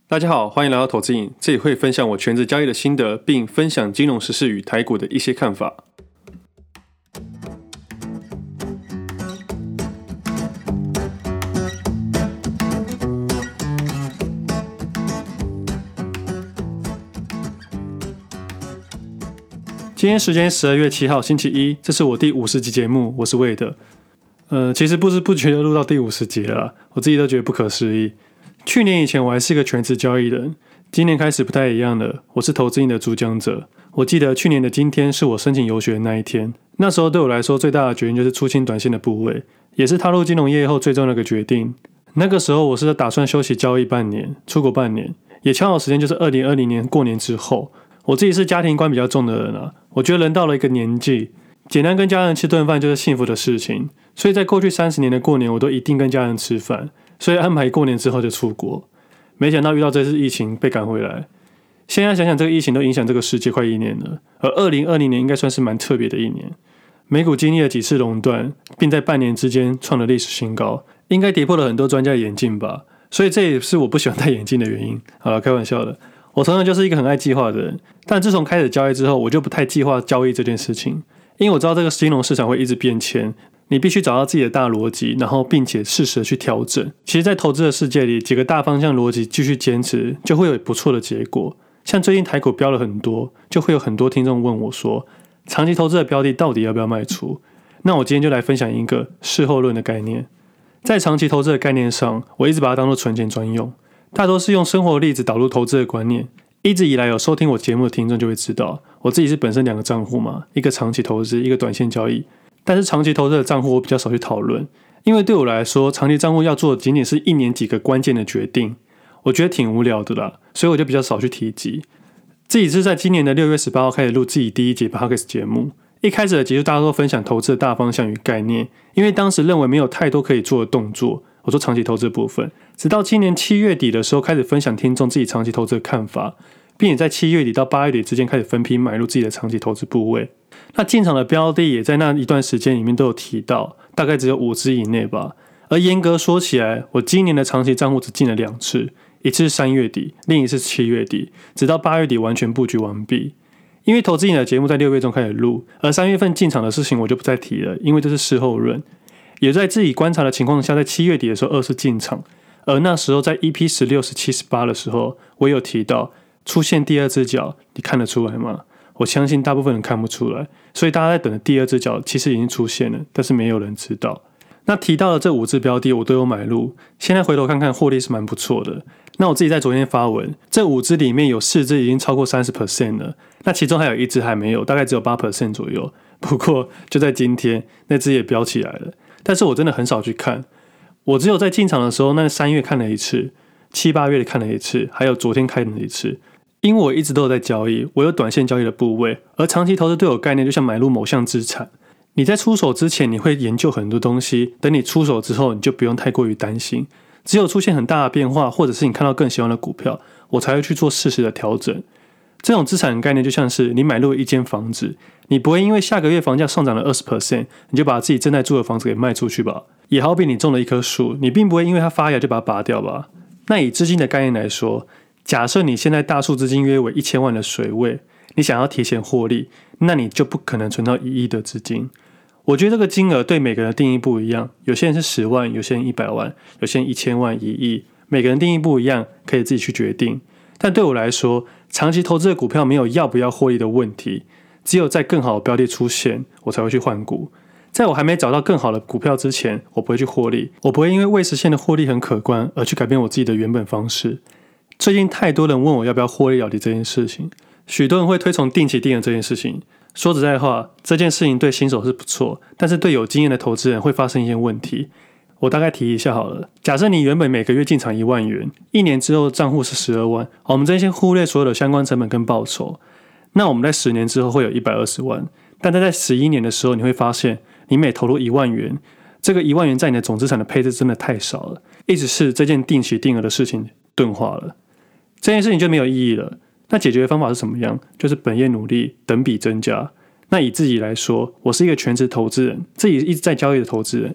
大家好，欢迎来到投资瘾，这里会分享我全职交易的心得，并分享金融时事与台股的一些看法。今天时间12月7号星期一，这是我第50集节目，我是魏德。其实不知不觉就录到第50集了，我自己都觉得不可思议。去年以前我还是一个全职交易人，今年开始不太一样了，我是投资瘾的主讲者。我记得去年的今天是我申请游学的那一天，那时候对我来说最大的决定就是出清短线的部位，也是踏入金融业后最重要的一个决定。那个时候我是打算休息交易半年，出国半年，也恰好时间就是2020年过年之后。我自己是家庭观比较重的人啊，我觉得人到了一个年纪，简单跟家人吃顿饭就是幸福的事情，所以在过去30年的过年我都一定跟家人吃饭，所以安排过年之后就出国。没想到遇到这次疫情被赶回来，现在想想这个疫情都影响这个世界快1年了，而2020年应该算是蛮特别的一年。美股经历了几次熔断，并在半年之间创了历史新高，应该跌破了很多专家的眼镜吧，所以这也是我不喜欢戴眼镜的原因。好了，开玩笑的，我同样就是一个很爱计划的人，但自从开始交易之后，我就不太计划交易这件事情，因为我知道这个金融市场会一直变迁，你必须找到自己的大逻辑，然后并且适时的去调整。其实在投资的世界里，几个大方向逻辑继续坚持，就会有不错的结果。像最近台股飙了很多，就会有很多听众问我说，长期投资的标的到底要不要卖出？那我今天就来分享一个事后论的概念。在长期投资的概念上，我一直把它当作存钱专用，大多是用生活例子导入投资的观念。一直以来有收听我节目的听众就会知道，我自己是本身2个账户嘛，一个长期投资，一个短线交易。但是长期投资的账户我比较少去讨论，因为对我来说，长期账户要做的仅仅是1年几个关键的决定，我觉得挺无聊的啦，所以我就比较少去提及。自己是在今年的6月18号开始录自己第1集 Podcast 节目，一开始的集数大家都分享投资的大方向与概念，因为当时认为没有太多可以做的动作，我说长期投资的部分，直到今年7月底的时候开始分享听众自己长期投资的看法，并且在7月底到8月底之间开始分批买入自己的长期投资部位。那进场的标的也在那一段时间里面都有提到，大概只有5只以内吧。而严格说起来，我今年的长期账户只进了2次，一次是3月底，另一次是7月底，直到8月底完全布局完毕。因为投资瘾的节目在6月中开始录，而3月份进场的事情我就不再提了，因为这是事后论。也在自己观察的情况下，在7月底的时候2次进场，而那时候在 EP 16、17、18的时候，我有提到出现第2只脚，你看得出来吗？我相信大部分人看不出来，所以大家在等的第2只脚其实已经出现了，但是没有人知道。那提到的这5只标的我都有买入，现在回头看看获利是蛮不错的。那我自己在昨天发文，这5只里面有4只已经超过 30% 了，那其中还有1只还没有，大概只有 8% 左右。不过就在今天那只也飙起来了，但是我真的很少去看，我只有在进场的时候，那3月看了1次，7、8月看了1次，还有昨天看了1次。因为我一直都有在交易，我有短线交易的部位，而长期投资对我概念就像买入某项资产，你在出手之前你会研究很多东西，等你出手之后你就不用太过于担心，只有出现很大的变化，或者是你看到更喜欢的股票，我才会去做适时的调整。这种资产概念就像是你买入一间房子，你不会因为下个月房价上涨了 20%， 你就把自己正在住的房子给卖出去吧。也好比你种了一棵树，你并不会因为它发芽就把它拔掉吧。那以资金的概念来说，假设你现在大数资金约为1000万的水位，你想要提前获利，那你就不可能存到1亿的资金。我觉得这个金额对每个人的定义不一样，有些人是10万，有些人100万，有些人1000万、1亿，每个人定义不一样，可以自己去决定。但对我来说，长期投资的股票没有要不要获利的问题，只有在更好的标的出现，我才会去换股。在我还没找到更好的股票之前，我不会去获利，我不会因为未实现的获利很可观而去改变我自己的原本方式。最近太多人问我要不要获利了结这件事情，许多人会推崇定期定额这件事情。说实在话，这件事情对新手是不错，但是对有经验的投资人会发生一些问题。我大概提一下好了。假设你原本每个月进场1万元，1年之后账户是12万，我们这些忽略所有的相关成本跟报酬，那我们在10年之后会有120万。但在11年的时候，你会发现你每投入1万元，这个1万元在你的总资产的配置真的太少了，一直是这件定期定额的事情钝化了，这件事情就没有意义了。那解决的方法是什么样？就是本业努力等比增加。那以自己来说，我是一个全职投资人，自己一直在交易的投资人，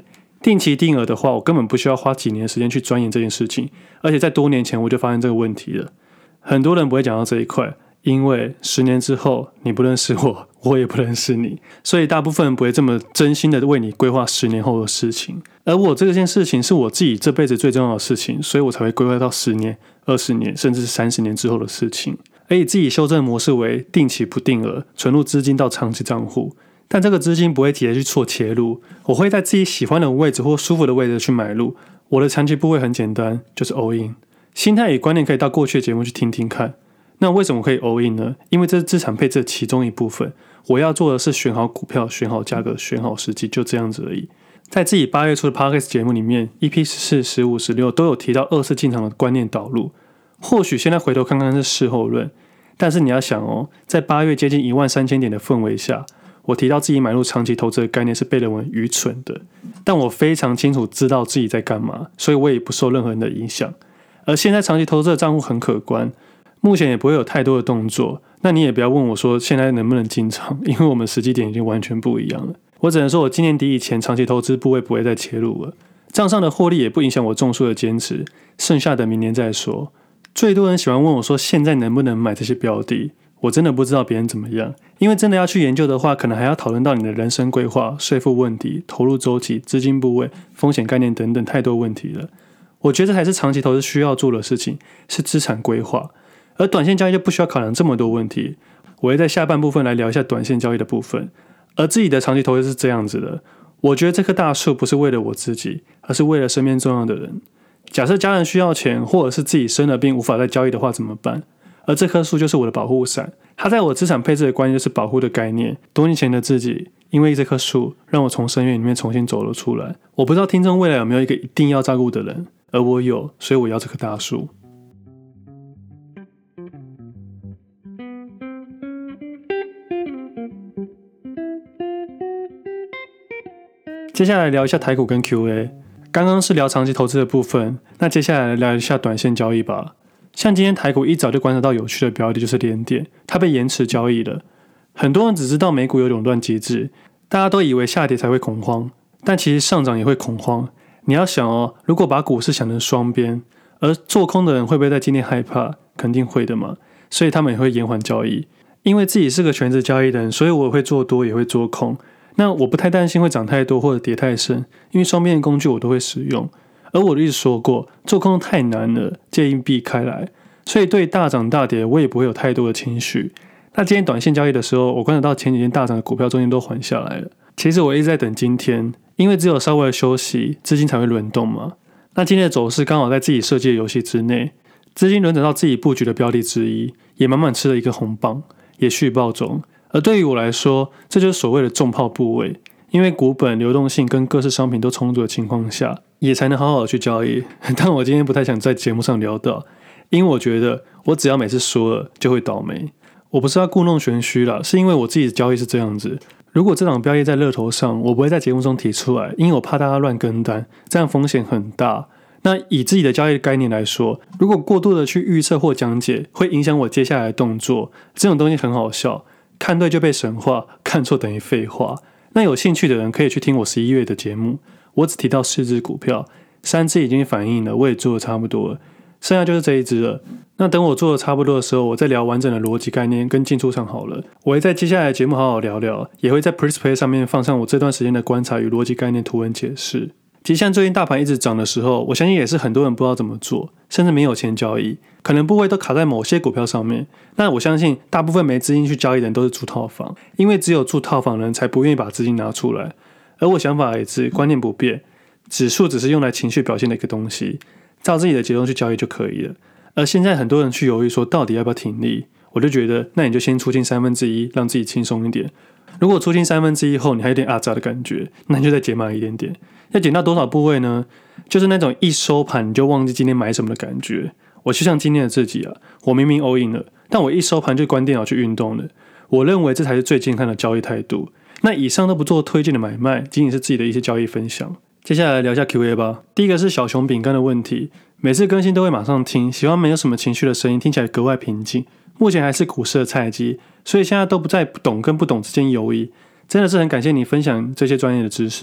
定期定额的话，我根本不需要花几年的时间去钻研这件事情，而且在多年前我就发现这个问题了。很多人不会讲到这一块，因为10年之后你不认识我，我也不认识你，所以大部分人不会这么真心的为你规划10年后的事情。而我这件事情是我自己这辈子最重要的事情，所以我才会规划到10年、20年，甚至是30年之后的事情。而以自己修正模式为定期不定额，存入资金到长期账户。但这个资金不会直接去做切入，我会在自己喜欢的位置或舒服的位置去买入。我的长期部位很简单，就是 all in。心态与观念可以到过去的节目去听听看。那为什么可以 all in 呢？因为这是资产配置的其中一部分。我要做的是选好股票、选好价格、选好时机，就这样子而已。在自己8月初的 Podcast 节目里面 EP 14、15、16都有提到2次进场的观念导入。或许现在回头看看是事后论，但是你要想哦，在8月接近13000点的氛围下，我提到自己买入长期投资的概念是被认为愚蠢的，但我非常清楚知道自己在干嘛，所以我也不受任何人的影响。而现在长期投资的账户很可观，目前也不会有太多的动作，那你也不要问我说现在能不能进场，因为我们时机点已经完全不一样了。我只能说我今年底以前长期投资部位不会再切入了，账上的获利也不影响我种树的坚持，剩下的明年再说。最多人喜欢问我说现在能不能买这些标的，我真的不知道别人怎么样，因为真的要去研究的话，可能还要讨论到你的人生规划、税负问题、投入周期、资金部位、风险概念等等，太多问题了。我觉得这才是长期投资需要做的事情，是资产规划。而短线交易就不需要考量这么多问题。我会在下半部分来聊一下短线交易的部分。而自己的长期投资是这样子的，我觉得这棵大树不是为了我自己，而是为了身边重要的人。假设家人需要钱，或者是自己生了病无法再交易的话怎么办？而这棵树就是我的保护伞，它在我资产配置的观念就是保护的概念。多年前的自己，因为这棵树让我从深渊里面重新走了出来。我不知道听众未来有没有一个一定要照顾的人，而我有，所以我要这棵大树。接下来聊一下台股跟 QA。 刚刚是聊长期投资的部分，那接下来聊一下短线交易吧。像今天台股一早就观察到有趣的标的就是联电，它被延迟交易了。很多人只知道美股有垄断机制，大家都以为下跌才会恐慌，但其实上涨也会恐慌。你要想哦，如果把股市想成双边，而做空的人会不会在今天害怕？肯定会的嘛，所以他们也会延缓交易。因为自己是个全职交易人，所以我会做多也会做空。那我不太担心会涨太多或者跌太深，因为双边的工具我都会使用。而我一直说过，做空太难了，建议避开来。所以对大涨大跌我也不会有太多的情绪。那今天短线交易的时候，我观察到前几天大涨的股票中间都缓下来了。其实我一直在等今天，因为只有稍微的休息，资金才会轮动嘛。那今天的走势刚好在自己设计的游戏之内，资金轮转到自己布局的标的之一，也满满吃了一个红棒，也续报中。而对于我来说，这就是所谓的重炮部位，因为股本流动性跟各式商品都充足的情况下，也才能好好的去交易。但我今天不太想在节目上聊到，因为我觉得我只要每次说了就会倒霉。我不是要故弄玄虚啦，是因为我自己的交易是这样子。如果这档标的在热头上，我不会在节目中提出来，因为我怕大家乱跟单，这样风险很大。那以自己的交易概念来说，如果过度的去预测或讲解，会影响我接下来的动作，这种东西很好笑。看对就被神化，看错等于废话。那有兴趣的人可以去听我11月的节目，我只提到4只股票，3只已经反映了，我也做的差不多了，剩下就是这一只了。那等我做的差不多的时候，我再聊完整的逻辑概念跟进出场好了。我会在接下来的节目好好聊聊，也会在 PressPlay 上面放上我这段时间的观察与逻辑概念图文解释。其实像最近大盘一直涨的时候，我相信也是很多人不知道怎么做，甚至没有钱交易，可能部位都卡在某些股票上面。那我相信大部分没资金去交易的人都是住套房，因为只有住套房的人才不愿意把资金拿出来。而我想法也是观念不变，指数只是用来情绪表现的一个东西，照自己的节奏去交易就可以了。而现在很多人去犹豫说到底要不要停利，我就觉得那你就先出进1/3，让自己轻松一点。如果出进1/3后你还有点阿杂的感觉，那你就再减码一点点。要减到多少部位呢？就是那种一收盘你就忘记今天买什么的感觉。我就像今天的自己啊，我明明 all in 了，但我一收盘就关电脑去运动了。我认为这才是最健康的交易态度。那以上都不做推荐的买卖，仅仅是自己的一些交易分享。接下来聊一下 QA 吧。第一个是小熊饼干的问题，每次更新都会马上听，喜欢没有什么情绪的声音，听起来格外平静。目前还是股市的菜鸡，所以现在都不在不懂跟不懂之间游移。真的是很感谢你分享这些专业的知识。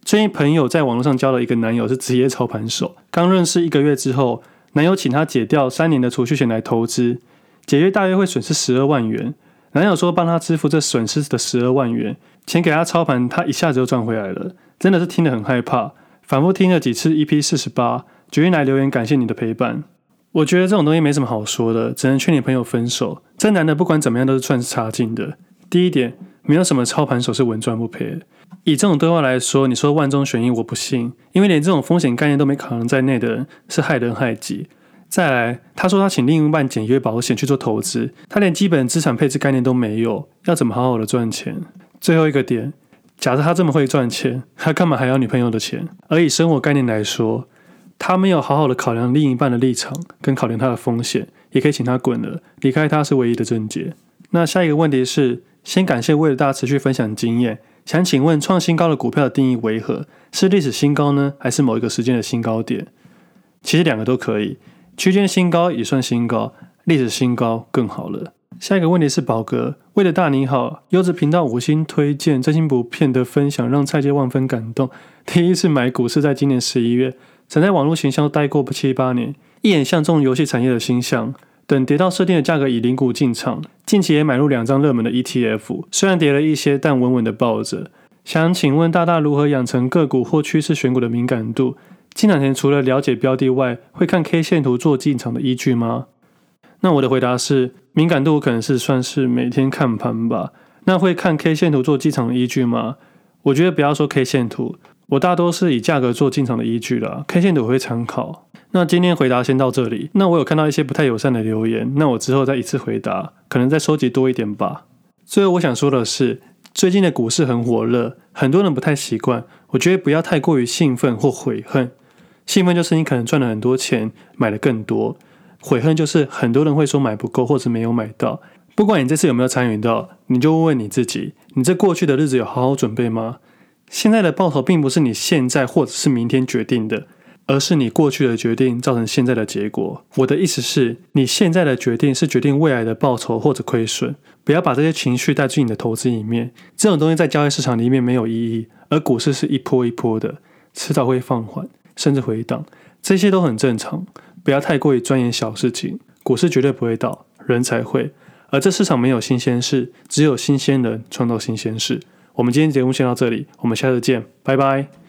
最近朋友在网络上交了一个男友是职业操盘手，刚认识1个月之后，男友请他解掉3年的储蓄险来投资，解约大约会损失12万元。男友说帮他支付这损失的12万元，钱给他操盘，他一下子就赚回来了，真的是听得很害怕。反复听了几次 EP48，决定来留言感谢你的陪伴。我觉得这种东西没什么好说的，只能劝你朋友分手。这男的不管怎么样都是算是差劲的。第一点，没有什么操盘手是稳赚不赔的。以这种对话来说，你说万中选一，我不信，因为连这种风险概念都没考量在内的人，是害人害己。再来，他说他请另一半解约保险去做投资，他连基本资产配置概念都没有，要怎么好好的赚钱？最后一个点，假设他这么会赚钱，他干嘛还要女朋友的钱？而以生活概念来说，他没有好好的考量另一半的立场，跟考量他的风险，也可以请他滚了，离开他是唯一的症结。那下一个问题是，先感谢为了大家持续分享经验，想请问创新高的股票的定义为何？是历史新高呢，还是某一个时间的新高点？其实两个都可以，区间新高也算新高，历史新高更好了。下一个问题是宝哥，为了大你好，优质频道5星推荐，真心不骗的分享让蔡介万分感动。第一次买股是在今年11月，曾在网络行销待过7、8年，一眼相中游戏产业的星象，等跌到设定的价格以零股进场，近期也买入2张热门的 ETF， 虽然跌了一些，但稳稳的抱着。想请问大大如何养成个股或趋势选股的敏感度？进场前除了了解标的外，会看 K 线图做进场的依据吗？那我的回答是，敏感度可能是算是每天看盘吧。那会看 K 线图做进场的依据吗？我觉得不要说 K 线图，我大多是以价格做进场的依据啦， K 线图我会参考。那今天回答先到这里。那我有看到一些不太友善的留言，那我之后再一次回答，可能再收集多一点吧。最后我想说的是，最近的股市很火热，很多人不太习惯，我觉得不要太过于兴奋或悔恨。兴奋就是你可能赚了很多钱，买了更多，悔恨就是很多人会说买不够或者没有买到。不管你这次有没有参与到，你就问问你自己，你这过去的日子有好好准备吗？现在的报酬并不是你现在或者是明天决定的，而是你过去的决定造成现在的结果。我的意思是，你现在的决定是决定未来的报酬或者亏损，不要把这些情绪带进你的投资里面。这种东西在交易市场里面没有意义，而股市是一波一波的，迟早会放缓甚至回档，这些都很正常。不要太过于钻研小事情，股市绝对不会倒，人才会。而这市场没有新鲜事，只有新鲜人创造新鲜事。我们今天节目先到这里，我们下次见，拜拜。